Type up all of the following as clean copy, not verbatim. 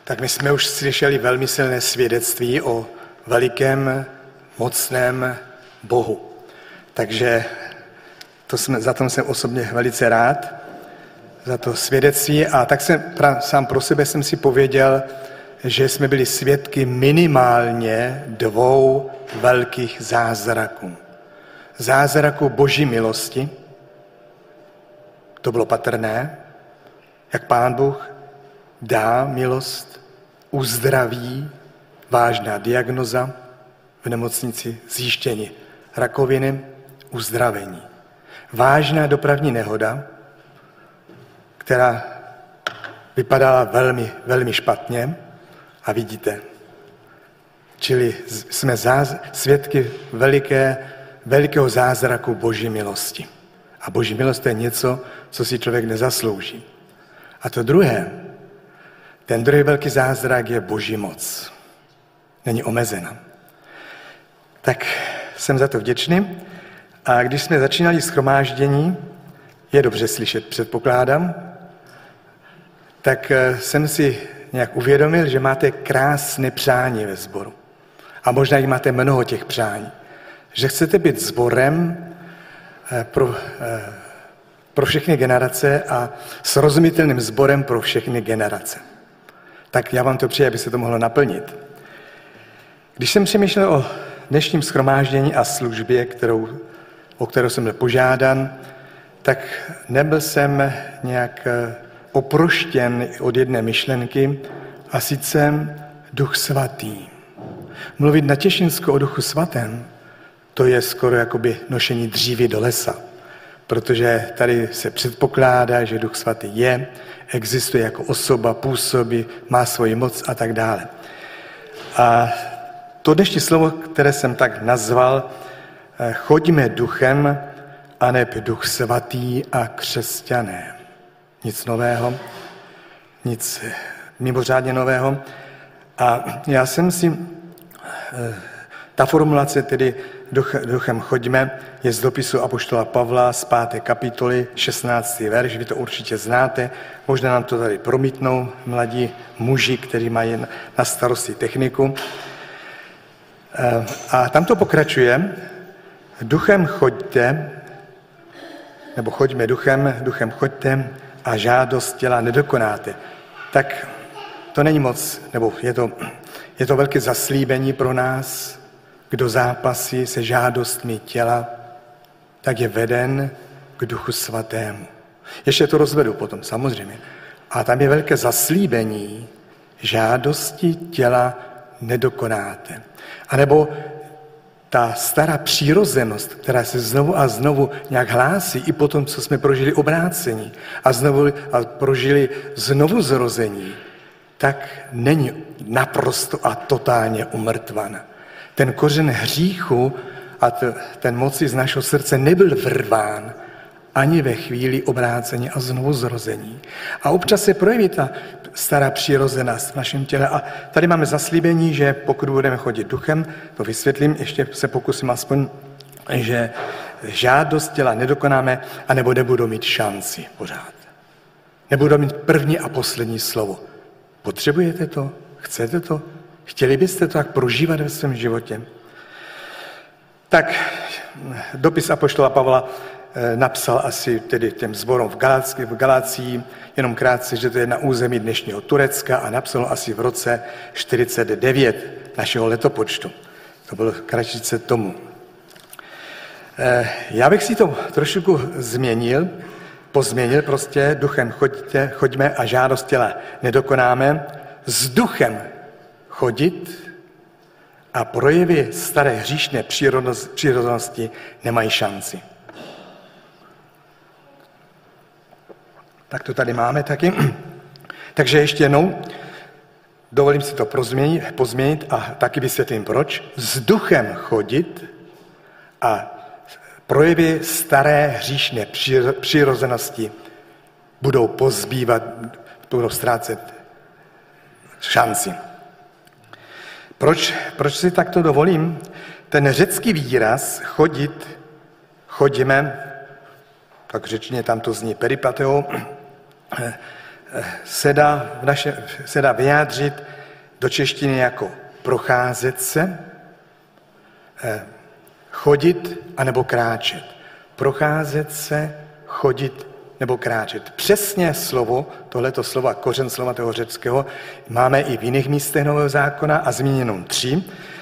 Tak my jsme už slyšeli velmi silné svědectví o velikém, mocném Bohu. Takže za to jsem osobně velice rád, za to svědectví. A tak sám pro sebe jsem si pověděl, že jsme byli svědky minimálně 2 velkých zázraků. Zázraku Boží milosti, to bylo patrné, jak Pán Bůh dá milost, uzdraví, vážná diagnoza v nemocnici, zjištění rakoviny, uzdravení. Vážná dopravní nehoda, která vypadala velmi, velmi špatně a vidíte. Čili jsme svědky velikého zázraku Boží milosti. A Boží milost to je něco, co si člověk nezaslouží. A to druhé, ten druhý velký zázrak je Boží moc. Není omezena. Tak jsem za to vděčný. A když jsme začínali shromáždění, je dobře slyšet, předpokládám, tak jsem si nějak uvědomil, že máte krásné přání ve sboru. A možná i máte mnoho těch přání. Že chcete být sborem pro všechny generace a srozumitelným sborem pro všechny generace. Tak já vám to přeji, aby se to mohlo naplnit. Když jsem přemýšlel o dnešním shromáždění a službě, o kterou jsem byl požádán, tak nebyl jsem nějak oproštěn od jedné myšlenky, a sice Duch Svatý. Mluvit na Těšínsku o Duchu Svatém, to je skoro jakoby nošení dříví do lesa, protože tady se předpokládá, že Duch Svatý existuje jako osoba, působí, má svoji moc a tak dále. A to dnešní slovo, které jsem tak nazval, choďme duchem, aneb Duch Svatý a křesťané. Nic nového, nic mimořádně nového. A já jsem si, ta formulace tedy duchem choďme, je z dopisu apoštola Pavla z 5. kapitoly, 16. verš, vy to určitě znáte, možná nám to tady promítnou mladí muži, kteří mají na starosti techniku. A tam to pokračuje, duchem choďte, nebo choďme duchem choďte a žádost těla nedokonáte. Tak to není moc, nebo je to velké zaslíbení pro nás, kdo zápasí se žádostmi těla, tak je veden k Duchu Svatému. Ještě to rozvedu potom, samozřejmě. A tam je velké zaslíbení, žádosti těla nedokonáte. A nebo ta stará přirozenost, která se znovu a znovu nějak hlásí, i po tom, co jsme prožili obrácení a prožili znovu zrození, tak není naprosto a totálně umrtvan. Ten kořen hříchu a ten moci z našeho srdce nebyl vrván ani ve chvíli obrácení a znovu zrození. A občas se projeví ta stará přirozenost v našem těle. A tady máme zaslíbení, že pokud budeme chodit duchem, to vysvětlím, ještě se pokusím aspoň, že žádost těla nedokonáme, anebo nebudou mít šanci pořád. Nebudou mít první a poslední slovo. Potřebujete to? Chcete to? Chtěli byste to tak prožívat ve svém životě? Tak dopis apoštola Pavla napsal asi tedy těm sborům v Galácii, jenom krátce, že to je na území dnešního Turecka a napsal asi v roce 49 našeho letopočtu. To bylo kratičce tomu. Já bych si to trošku pozměnil prostě, duchem choďme a žádost těla nedokonáme, s duchem chodit a projevy staré hříšné přirozenosti nemají šanci. Tak to tady máme taky. Takže ještě jednou, dovolím si to pozměnit a taky vysvětlím proč. S duchem chodit a projevy staré hříšné přirozenosti budou pozbývat, budou ztrácet šanci. Proč si takto dovolím? Ten řecký výraz chodit, chodíme, tak řečně tam to zní peripateo, se dá vyjádřit do češtiny jako procházet se, chodit anebo kráčet. Procházet se, chodit nebo kráčet. Přesně slovo, tohleto slova, kořen slova toho řeckého, máme i v jiných místech Nového zákona a zmíním jenom 3,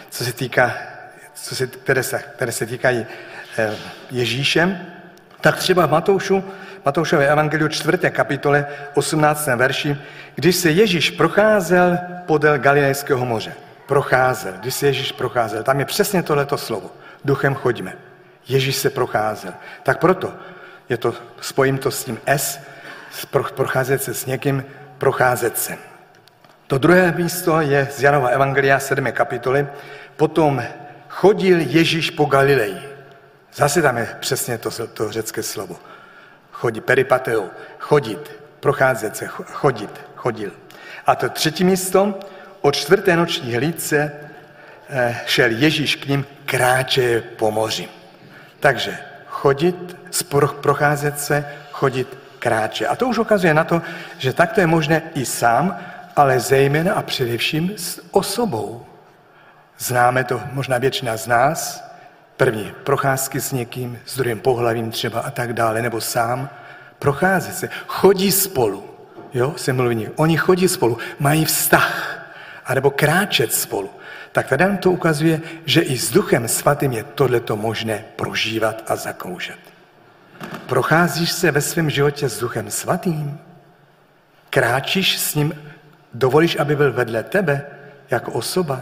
které se týkají Ježíšem. Tak třeba v Matoušově evangeliu 4. kapitole 18. verši, když se Ježíš procházel podél Galilejského moře. Když se Ježíš procházel, tam je přesně tohleto slovo. Duchem choďme. Ježíš se procházel. Tak proto spojím to s tím procházet se s někým, procházet se. To druhé místo je z Janova evangelia 7. kapitoly. Potom chodil Ježíš po Galileji. Zase tam je přesně to řecké slovo. Peripateo, chodit, procházet se, chodil. A to třetí místo, od 4. noční hlídce šel Ježíš k ním, kráče po moři. Takže chodit, procházet se, chodit, kráče. A to už ukazuje na to, že takto je možné i sám, ale zejména a především s osobou. Známe to možná většina z nás, první procházky s někým, s druhým pohlavím třeba a tak dále, nebo sám, procházet se, chodí spolu, se mluví, oni chodí spolu, mají vztah, anebo kráčet spolu. Tak tady nám to ukazuje, že i s Duchem Svatým je tohleto možné prožívat a zakoušet. Procházíš se ve svém životě s Duchem Svatým? Kráčíš s ním? Dovolíš, aby byl vedle tebe jako osoba?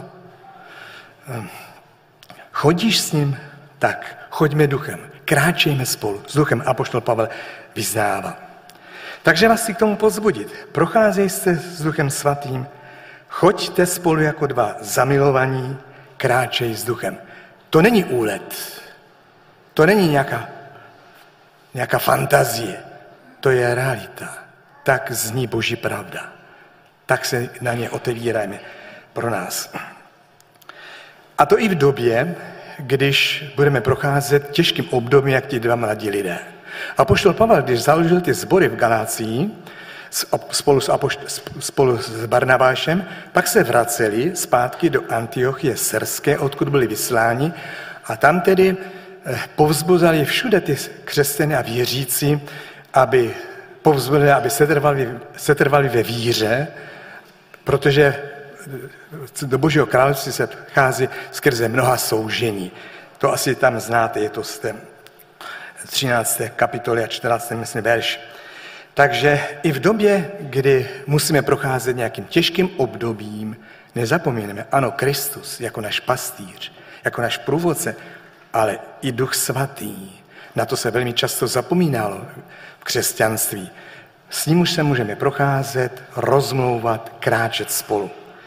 Chodíš s ním? Tak, choďme duchem, kráčejme spolu. S duchem apoštol Pavel vyznává. Takže vás chci k tomu povzbudit. Procházej se s Duchem Svatým, choďte spolu jako dva zamilovaní, kráčej s duchem. To není úlet, to není nějaká fantazie, to je realita. Tak zní Boží pravda. Tak se na ně otevíráme pro nás. A to i v době, když budeme procházet těžkým obdobím, jak ti dva mladí lidé. Apoštol Pavel, když založil ty sbory v Galácii spolu s Barnabášem, pak se vraceli zpátky do Antiochie Syrské, odkud byli vysláni, a tam tedy povzbuzali všude ty křesťany a věřící, aby setrvali ve víře, protože do Božího království se vchází skrze mnoha soužení. To asi tam znáte, je to z té 13. kapitoly a 14. myslím verš. Takže i v době, kdy musíme procházet nějakým těžkým obdobím, nezapomínáme, ano, Kristus jako náš pastýř, jako náš průvodce, ale i Duch Svatý. Na to se velmi často zapomínalo v křesťanství. S ním už se můžeme procházet, rozmlouvat, kráčet spolu.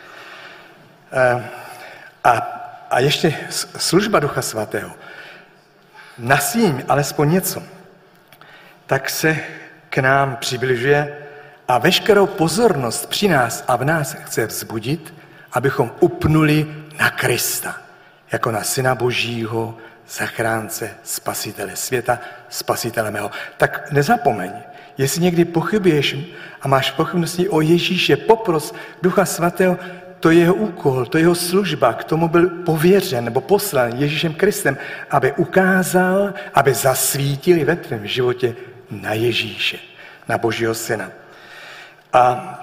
A ještě služba Ducha Svatého. Nasím alespoň něco, tak se k nám přibližuje a veškerou pozornost při nás a v nás chce vzbudit, abychom upnuli na Krista, jako na Syna Božího, zachránce, spasitele světa, spasitele mého. Tak nezapomeň, jestli někdy pochybuješ a máš pochybnosti o Ježíše, popros Ducha Svatého, to je jeho úkol, to je jeho služba, k tomu byl pověřen nebo poslán Ježíšem Kristem, aby ukázal, aby zasvítil ve tvém životě na Ježíše, na Božího Syna. A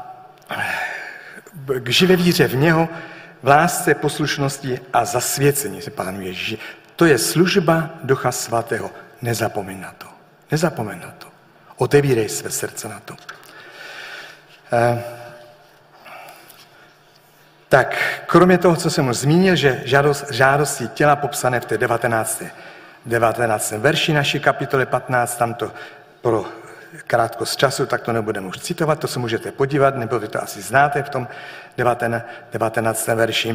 k živé víře v něho, v lásce, poslušnosti a zasvěcení se Pánu Ježíši. To je služba Ducha Svatého. Nezapomeň na to. Nezapomeň na to. Otevírej své srdce na to. Tak, kromě toho, co jsem už zmínil, že žádosti těla popsané v té 19. verši naší kapitoly 15, tam to pro krátkost času, tak to nebudeme už citovat, to se můžete podívat, nebo vy to asi znáte v tom 19. verši.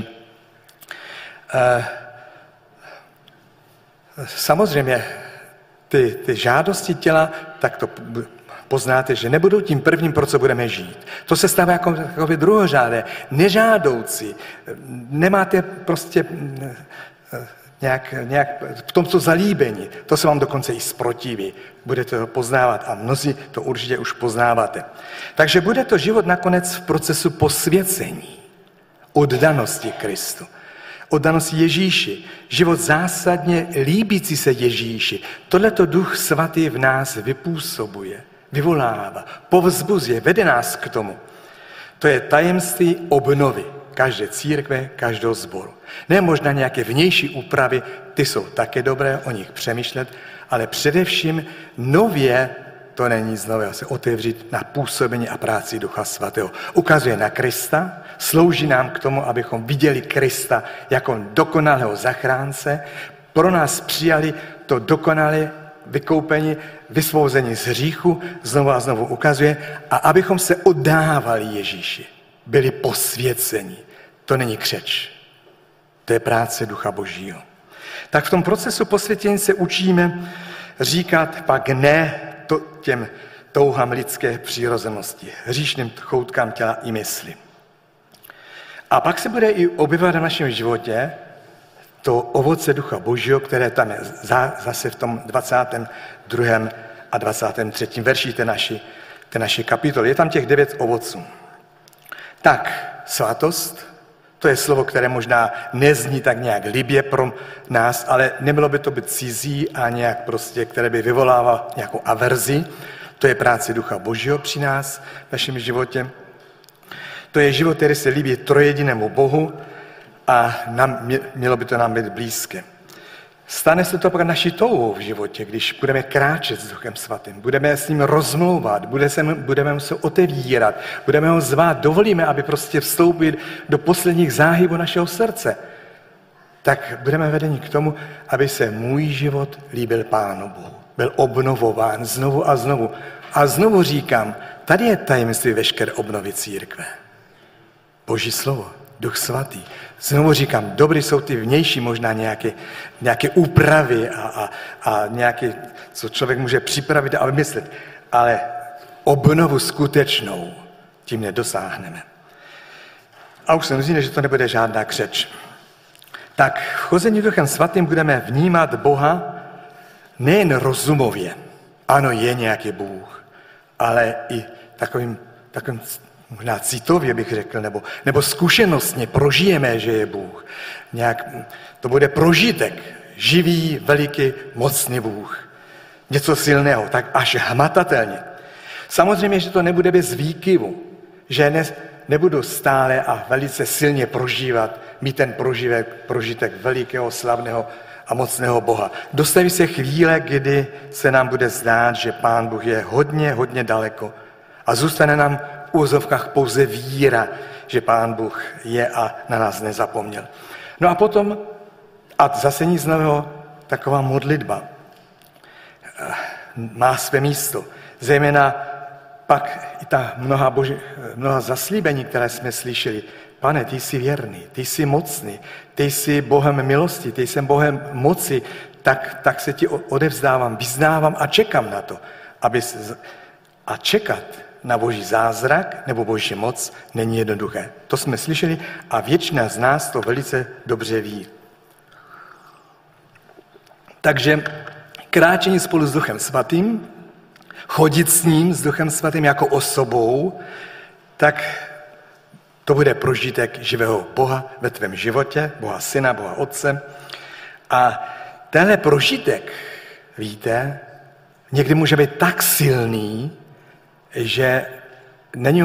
Samozřejmě ty žádosti těla, tak to poznáte, že nebudou tím prvním, pro co budeme žít. To se stává jako druhořádé, nežádoucí. Nemáte prostě nějak v tomto zalíbení. To se vám dokonce i zprotiví. Budete to poznávat a mnozí to určitě už poznáváte. Takže bude to život nakonec v procesu posvěcení, oddanosti Kristu, oddanosti Ježíši, život zásadně líbící se Ježíši. Tohleto Duch Svatý v nás vypůsobuje, vyvolává, povzbuzuje, vede nás k tomu. To je tajemství obnovy každé církve, každého sboru. Ne možná nějaké vnější úpravy, ty jsou také dobré, o nich přemýšlet, ale především nově, to není nic nového, se otevřít na působení a práci Ducha Svatého. Ukazuje na Krista, slouží nám k tomu, abychom viděli Krista jako dokonalého zachránce, pro nás přijali to dokonalé vykoupení, vysvobození z hříchu, znovu a znovu ukazuje, a abychom se oddávali Ježíši, byli posvěceni. To není křeč, to je práce Ducha Božího. Tak v tom procesu posvěcení se učíme říkat pak ne těm touhám lidské přirozenosti, hříšným choutkám těla i mysli. A pak se bude i objevovat v našem životě to ovoce Ducha Božího, které tam je zase v tom 22. a 23. verši té naší kapitoly. Je tam těch 9 ovoců. Tak, svatost, to je slovo, které možná nezní tak nějak libě pro nás, ale nemělo by to být cizí a nějak prostě, které by vyvolávalo nějakou averzi. To je práce Ducha Božího při nás, v našem životě. To je život, který se líbí trojedinému Bohu a mělo by to nám být blízké. Stane se to pak naší touhou v životě, když budeme kráčet s Duchem Svatým, budeme s ním rozmlouvat, budeme se otevírat, budeme ho zvát, dovolíme, aby prostě vstoupil do posledních záhybů našeho srdce. Tak budeme vedeni k tomu, aby se můj život líbil Pánu Bohu. Byl obnovován znovu a znovu. A znovu říkám, tady je tajemství veškeré obnovy církve. Boží slovo, Duch Svatý. Znovu říkám, dobrý jsou ty vnější možná nějaké úpravy a nějaké, co člověk může připravit a vymyslet, ale obnovu skutečnou tím nedosáhneme. A už jsem říkal, že to nebude žádná křeč. Tak v chození Duchem Svatým budeme vnímat Boha nejen rozumově, ano, je nějaký Bůh, ale i takovým možná citově bych řekl, nebo zkušenostně prožijeme, že je Bůh. To bude prožitek, živý, veliký, mocný Bůh. Něco silného, tak až hmatatelně. Samozřejmě, že to nebude bez výkyvu, že nebudu stále a velice silně prožívat, mít ten prožitek velikého, slavného a mocného Boha. Dostaví se chvíle, kdy se nám bude zdát, že Pán Bůh je hodně, hodně daleko a zůstane nám v úzovkách pouze víra, že Pán Bůh je a na nás nezapomněl. No a potom, a zase nic nového, taková modlitba má své místo. Zejména pak i ta mnoha zaslíbení, které jsme slyšeli. Pane, ty jsi věrný, ty jsi mocný, ty jsi Bohem milosti, ty jsi Bohem moci, tak se ti odevzdávám, vyznávám a čekám na to. A čekat na Boží zázrak nebo Boží moc není jednoduché. To jsme slyšeli a většina z nás to velice dobře ví. Takže kráčení spolu s Duchem Svatým, chodit s ním, s Duchem Svatým jako osobou, tak to bude prožitek živého Boha ve tvém životě, Boha Syna, Boha Otce. A tenhle prožitek, víte, někdy může být tak silný, že není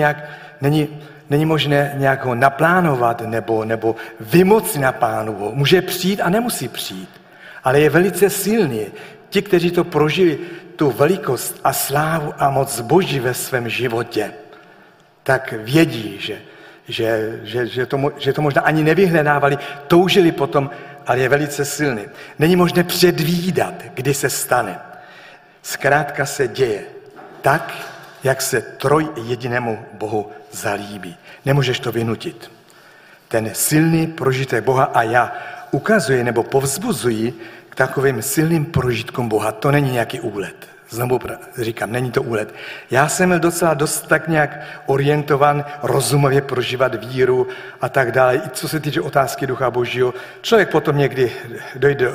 možné nějak ho naplánovat nebo vymoci na Pánu Bohu. Může přijít a nemusí přijít, ale je velice silný. Ti, kteří to prožili, tu velikost a slávu a moc Boží ve svém životě, tak vědí, že to možná ani nevyhledávali, toužili potom, ale je velice silný. Není možné předvídat, kdy se stane. Zkrátka se děje tak, jak se trojjedinému Bohu zalíbí. Nemůžeš to vynutit. Ten silný prožitek Boha a já ukazuje nebo povzbuzuji k takovým silným prožitkům Boha. To není nějaký úlet. Znovu říkám, není to úlet. Já jsem byl docela dost tak nějak orientovan, rozumově prožívat víru a tak dále. I co se týče otázky Ducha Božího, člověk potom někdy dojde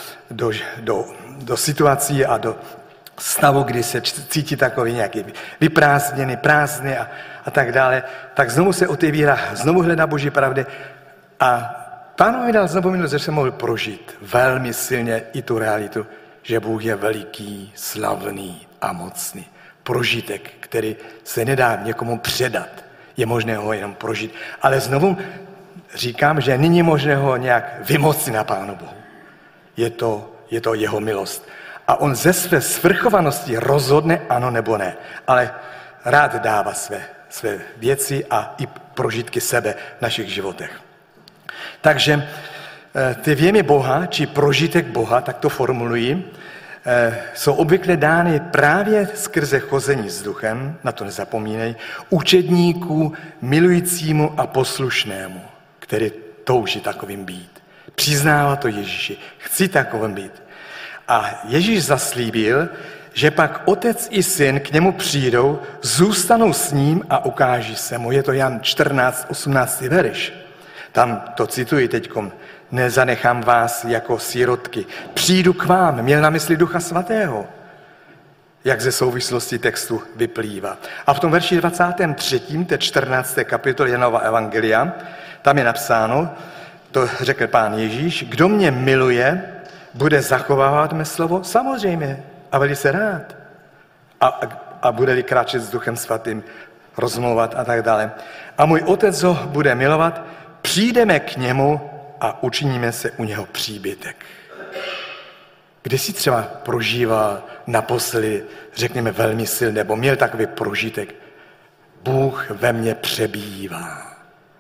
do situací a do stavu, kdy se cítí takový nějaký vyprázdněný, prázdný a tak dále, tak znovu se otevírá, znovu hledá Boží pravdy a Pán mi dal znovu milost, že jsem mohl prožít velmi silně i tu realitu, že Bůh je veliký, slavný a mocný. Prožitek, který se nedá někomu předat. Je možné ho jenom prožít. Ale znovu říkám, že není možné ho nějak vymoci na Pánu Bohu. Je to jeho milost. A on ze své svrchovanosti rozhodne ano nebo ne. Ale rád dává své věci a i prožitky sebe v našich životech. Takže ty věmy Boha, či prožitek Boha, tak to formuluji, jsou obvykle dány právě skrze chození s duchem, na to nezapomínej, učedníku, milujícímu a poslušnému, který touží takovým být. Přiznává to Ježíši, chci takovým být. A Ježíš zaslíbil, že pak otec i syn k němu přijdou, zůstanou s ním a ukáží se mu. Je to Jan 14, 18. verš. Tam to cituji teďkom. Nezanechám vás jako sirotky. Přijdu k vám. Měl na mysli Ducha Svatého. Jak ze souvislosti textu vyplývá. A v tom verši 23. té 14. kapitole Janova evangelia, tam je napsáno, to řekl Pán Ježíš, kdo mě miluje, bude zachovávat mé slovo? Samozřejmě. A velice rád. A bude-li kráčet s Duchem Svatým, rozmlouvat a tak dále. A můj otec ho bude milovat, přijdeme k němu a učiníme se u něho příbytek. Kdy jsi třeba prožíval naposledy, řekněme velmi silný, nebo měl takový prožitek? Bůh ve mně přebývá.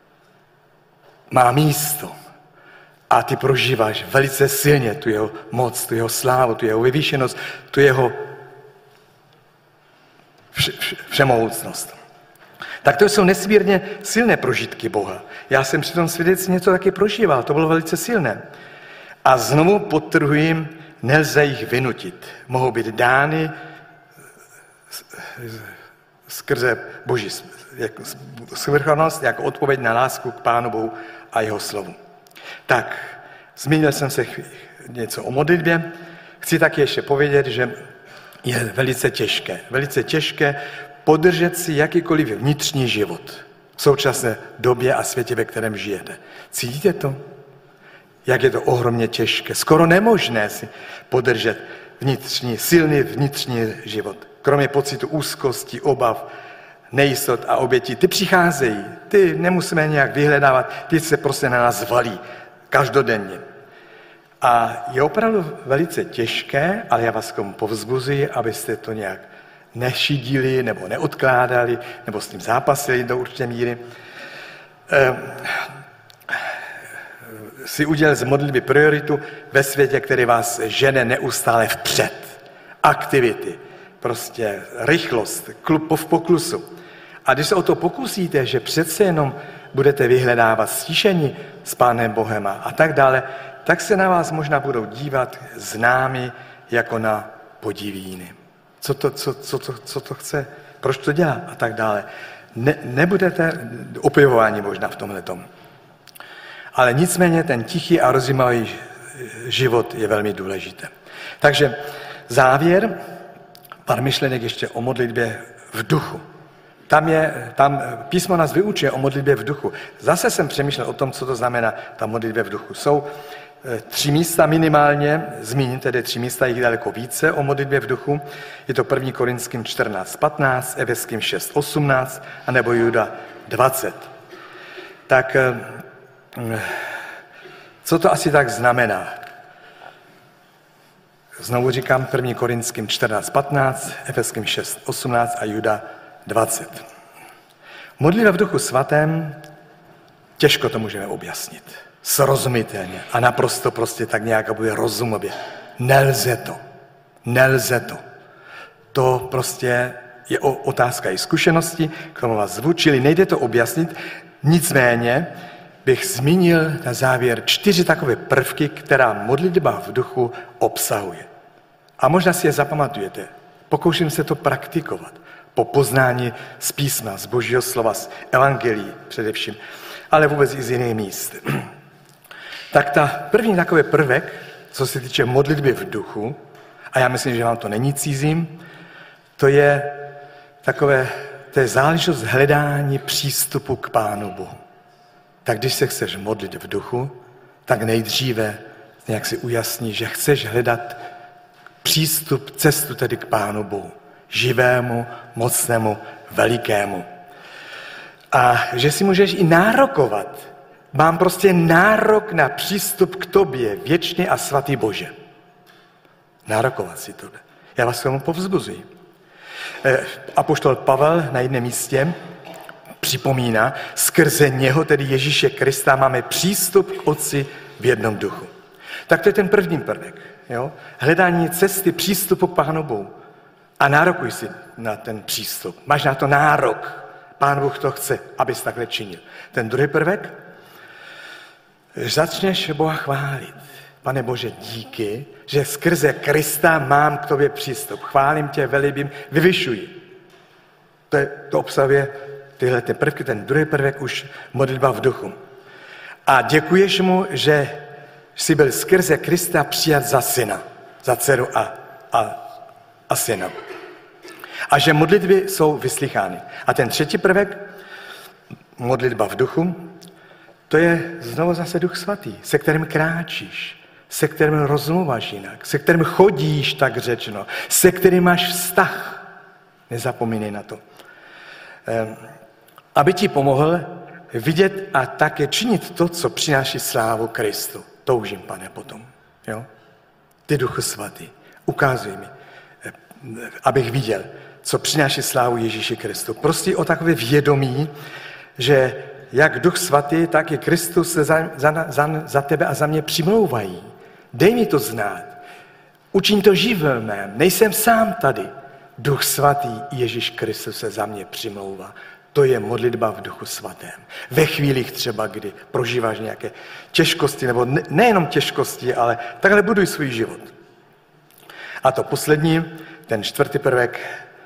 Má místo. A ty prožíváš velice silně tu jeho moc, tu jeho slávu, tu jeho vyvýšenost, tu jeho všemohoucnost. Tak to jsou nesmírně silné prožitky Boha. Já jsem při tom svědectví něco taky prožíval, to bylo velice silné. A znovu podtrhuji, nelze jich vynutit. Mohou být dány skrze Boží svrchovanost jako odpověď na lásku k Pánu Bohu a jeho slovu. Tak, zmínil jsem se něco o modlitbě. Chci taky ještě povědět, že je velice těžké podržet si jakýkoliv vnitřní život v současné době a světě, ve kterém žijete. Cítíte to? Jak je to ohromně těžké, skoro nemožné si podržet silný vnitřní život. Kromě pocitu úzkosti, obav, nejistot a obětí. Ty přicházejí, ty nemusíme nějak vyhledávat, ty se prostě na nás valí každodenně. A je opravdu velice těžké, ale já vás k tomu povzbuzuji, abyste to nějak nešidili nebo neodkládali, nebo s tím zápasili do určité míry. Si udělal z modlitby prioritu ve světě, který vás žene neustále vpřed. Aktivity, prostě rychlost, v poklusu. A když se o to pokusíte, že přece jenom budete vyhledávat stišení s Pánem Bohem a tak dále, tak se na vás možná budou dívat známi jako na podivíny. Co to chce, proč to dělá a tak dále. Nebudete opěvováni možná v tomhletom. Ale nicméně ten tichý a rozjímavý život je velmi důležitý. Takže závěr, pár myšlenek ještě o modlitbě v duchu. Tam písmo nás vyučuje o modlitbě v duchu. Zase jsem přemýšlel o tom, co to znamená ta modlitbě v duchu. Jsou 3 místa minimálně, zmíním tedy 3 místa, jich daleko více o modlitbě v duchu. Je to 1. Korinským 14:15, Efeským 6:18 a nebo Juda 20. Tak co to asi tak znamená? Znovu říkám 1. Korinským 14:15, Efeským 6:18 a Juda 20. Modlitba v duchu svatém, těžko to můžeme objasnit. Srozumitelně a naprosto prostě tak nějak bude rozumově. Nelze to. To prostě je otázka i zkušenosti, k tomu vás zvu, čili nejde to objasnit, nicméně bych zmínil na závěr 4 takové prvky, která modlitba v duchu obsahuje. A možná si je zapamatujete. Pokouším se to praktikovat po poznání z písma, z Božího slova, z evangelií především, ale vůbec i z jiných míst. Tak ta první takový prvek, co se týče modlitby v duchu, a já myslím, že vám to není cizím, to je záležitost hledání přístupu k Pánu Bohu. Tak když se chceš modlit v duchu, tak nejdříve nějak si ujasní, že chceš hledat přístup, cestu tedy k Pánu Bohu. Živému, mocnému, velikému. A že si můžeš i nárokovat. Mám prostě nárok na přístup k tobě, věčně a svatý Bože. Nárokovat si tohle. Já vás k tomu povzbuzuji. Apoštol Pavel na jednom místě připomíná, skrze něho, tedy Ježíše Krista, máme přístup k Otci v jednom duchu. Tak to je ten první prvek. Jo? Hledání cesty přístupu k Pánu Bohu. A nárokuj si na ten přístup. Máš na to nárok. Pán Bůh to chce, abys takhle činil. Ten druhý prvek, začneš Boha chválit. Pane Bože, díky, že skrze Krista mám k tobě přístup. Chválím tě, velebím, vyvyšuji. To obsahuje tyhle prvky, ten druhý prvek už modlitba v duchu. A děkuješ mu, že jsi byl skrze Krista přijat za syna, za dceru a syna. A že modlitby jsou vyslychány. A ten třetí prvek, modlitba v duchu, to je znovu zase Duch Svatý, se kterým kráčíš, se kterým rozmluváš jinak, se kterým chodíš, tak řečeno, se kterým máš vztah. Nezapomínej na to. Aby ti pomohl vidět a také činit to, co přináší slávu Kristu. Toužím, Pane, potom. Jo? Ty Duchu Svatý, ukázuj mi, abych viděl, co přináší slávu Ježíši Kristu. Prostě o takové vědomí, že jak Duch Svatý, tak i Kristus se za tebe a za mě přimlouvají. Dej mi to znát. Učiň to živým mém. Nejsem sám tady. Duch Svatý, Ježíš Kristus se za mě přimlouvá. To je modlitba v Duchu Svatém. Ve chvílích třeba, kdy prožíváš nějaké těžkosti, nebo nejenom těžkosti, ale takhle buduj svůj život. A to poslední, ten čtvrtý prvek,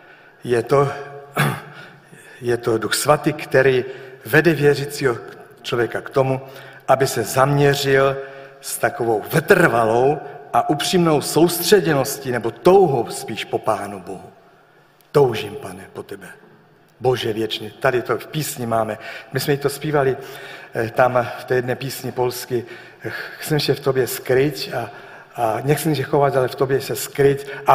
je to Duch Svatý, který vede věřícího člověka k tomu, aby se zaměřil s takovou vytrvalou a upřímnou soustředěností nebo touhou spíš po Pánu Bohu. Toužím, Pane, po tebe. Bože věčně. Tady to v písni máme. My jsme to zpívali tam v té jedné písni polsky. Chcem se v tobě skryť a nechcem se chovat, ale v tobě se skryť a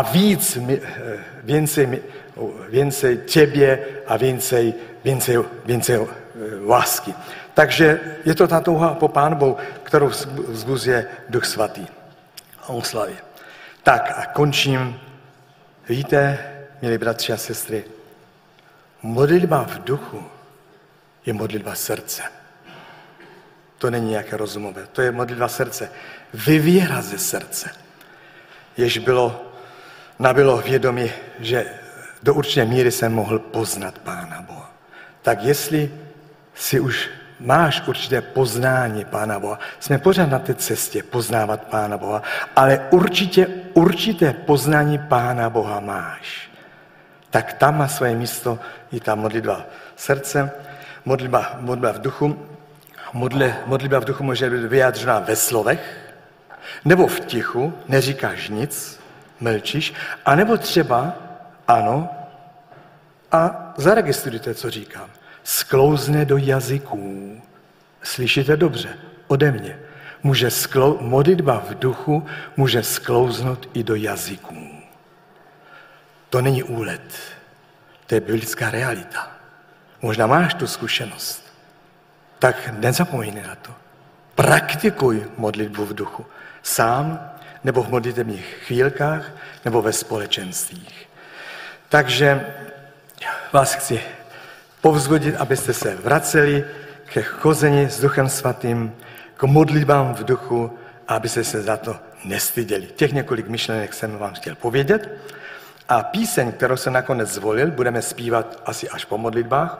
więcej tebě a więcej lásky. Takže je to ta touha po Pánu Bohu, kterou vzbuzuje Duch Svatý. Oslavě. Tak a končím. Víte, milí bratři a sestry, modlitba v duchu je modlitba srdce. To není nějaké rozumové, to je modlitba srdce. Vyvíra ze srdce. Jež nabylo vědomí, že do určité míry jsem mohl poznat Pána Boha. Tak jestli si už máš určité poznání Pána Boha, jsme pořád na té cestě poznávat Pána Boha, ale určité poznání Pána Boha máš. Tak tam má svoje místo i ta modlitba srdce, modlitba v duchu. Modlitba v duchu může být vyjádřena ve slovech, nebo v tichu, neříkáš nic, mlčíš, anebo třeba ano a zaregistrujte, co říkám. Sklouzne do jazyků. Slyšíte dobře? Ode mě. Modlitba v duchu může sklouznout i do jazyků. To není úlet. To je biblická realita. Možná máš tu zkušenost. Tak nezapomínej na to. Praktikuj modlitbu v duchu. Sám, nebo v modlitebních chvílkách, nebo ve společenstvích. Takže vás chci povzbudit, abyste se vraceli ke chození s Duchem Svatým, k modlitbám v duchu a abyste se za to nestyděli. Těch několik myšlenek jsem vám chtěl povědět. A píseň, kterou jsem nakonec zvolil, budeme zpívat asi až po modlitbách.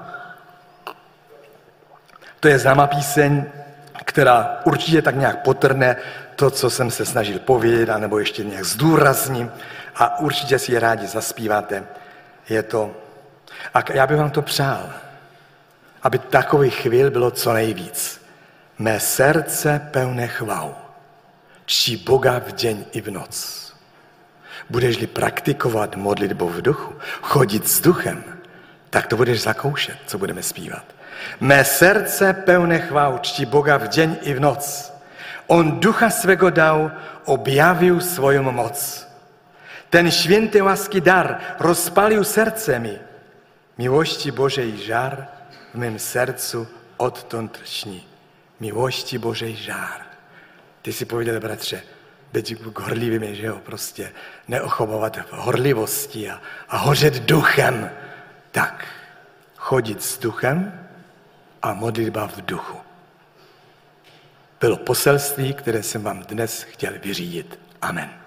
To je známá píseň, která určitě tak nějak potrhne to, co jsem se snažil povědět, anebo ještě nějak zdůrazním. A určitě si je rádi zaspíváte. Je to... A já bych vám to přál, aby takových chvíl bylo co nejvíc. Mé srdce pevné chvál, čtí Boha v den i v noc. Budeš-li praktikovat modlitbu v duchu, chodit s duchem, tak to budeš zakoušet, co budeme zpívat. Mé srdce pevné chvál, čtí Boha v den i v noc. On ducha svego dal, objavil svoju moc. Ten święty łaski dar rozpalił serce mi. Miłości Bożej żar w mym sercu odtąd śni. Miłości Božej žár. Ty si pověděl, bratře, být horlivým, že jo, prostě neochobovat v horlivosti a hořet duchem. Tak, chodit s duchem a modlitba v duchu. Bylo poselství, které jsem vám dnes chtěl vyřídit. Amen.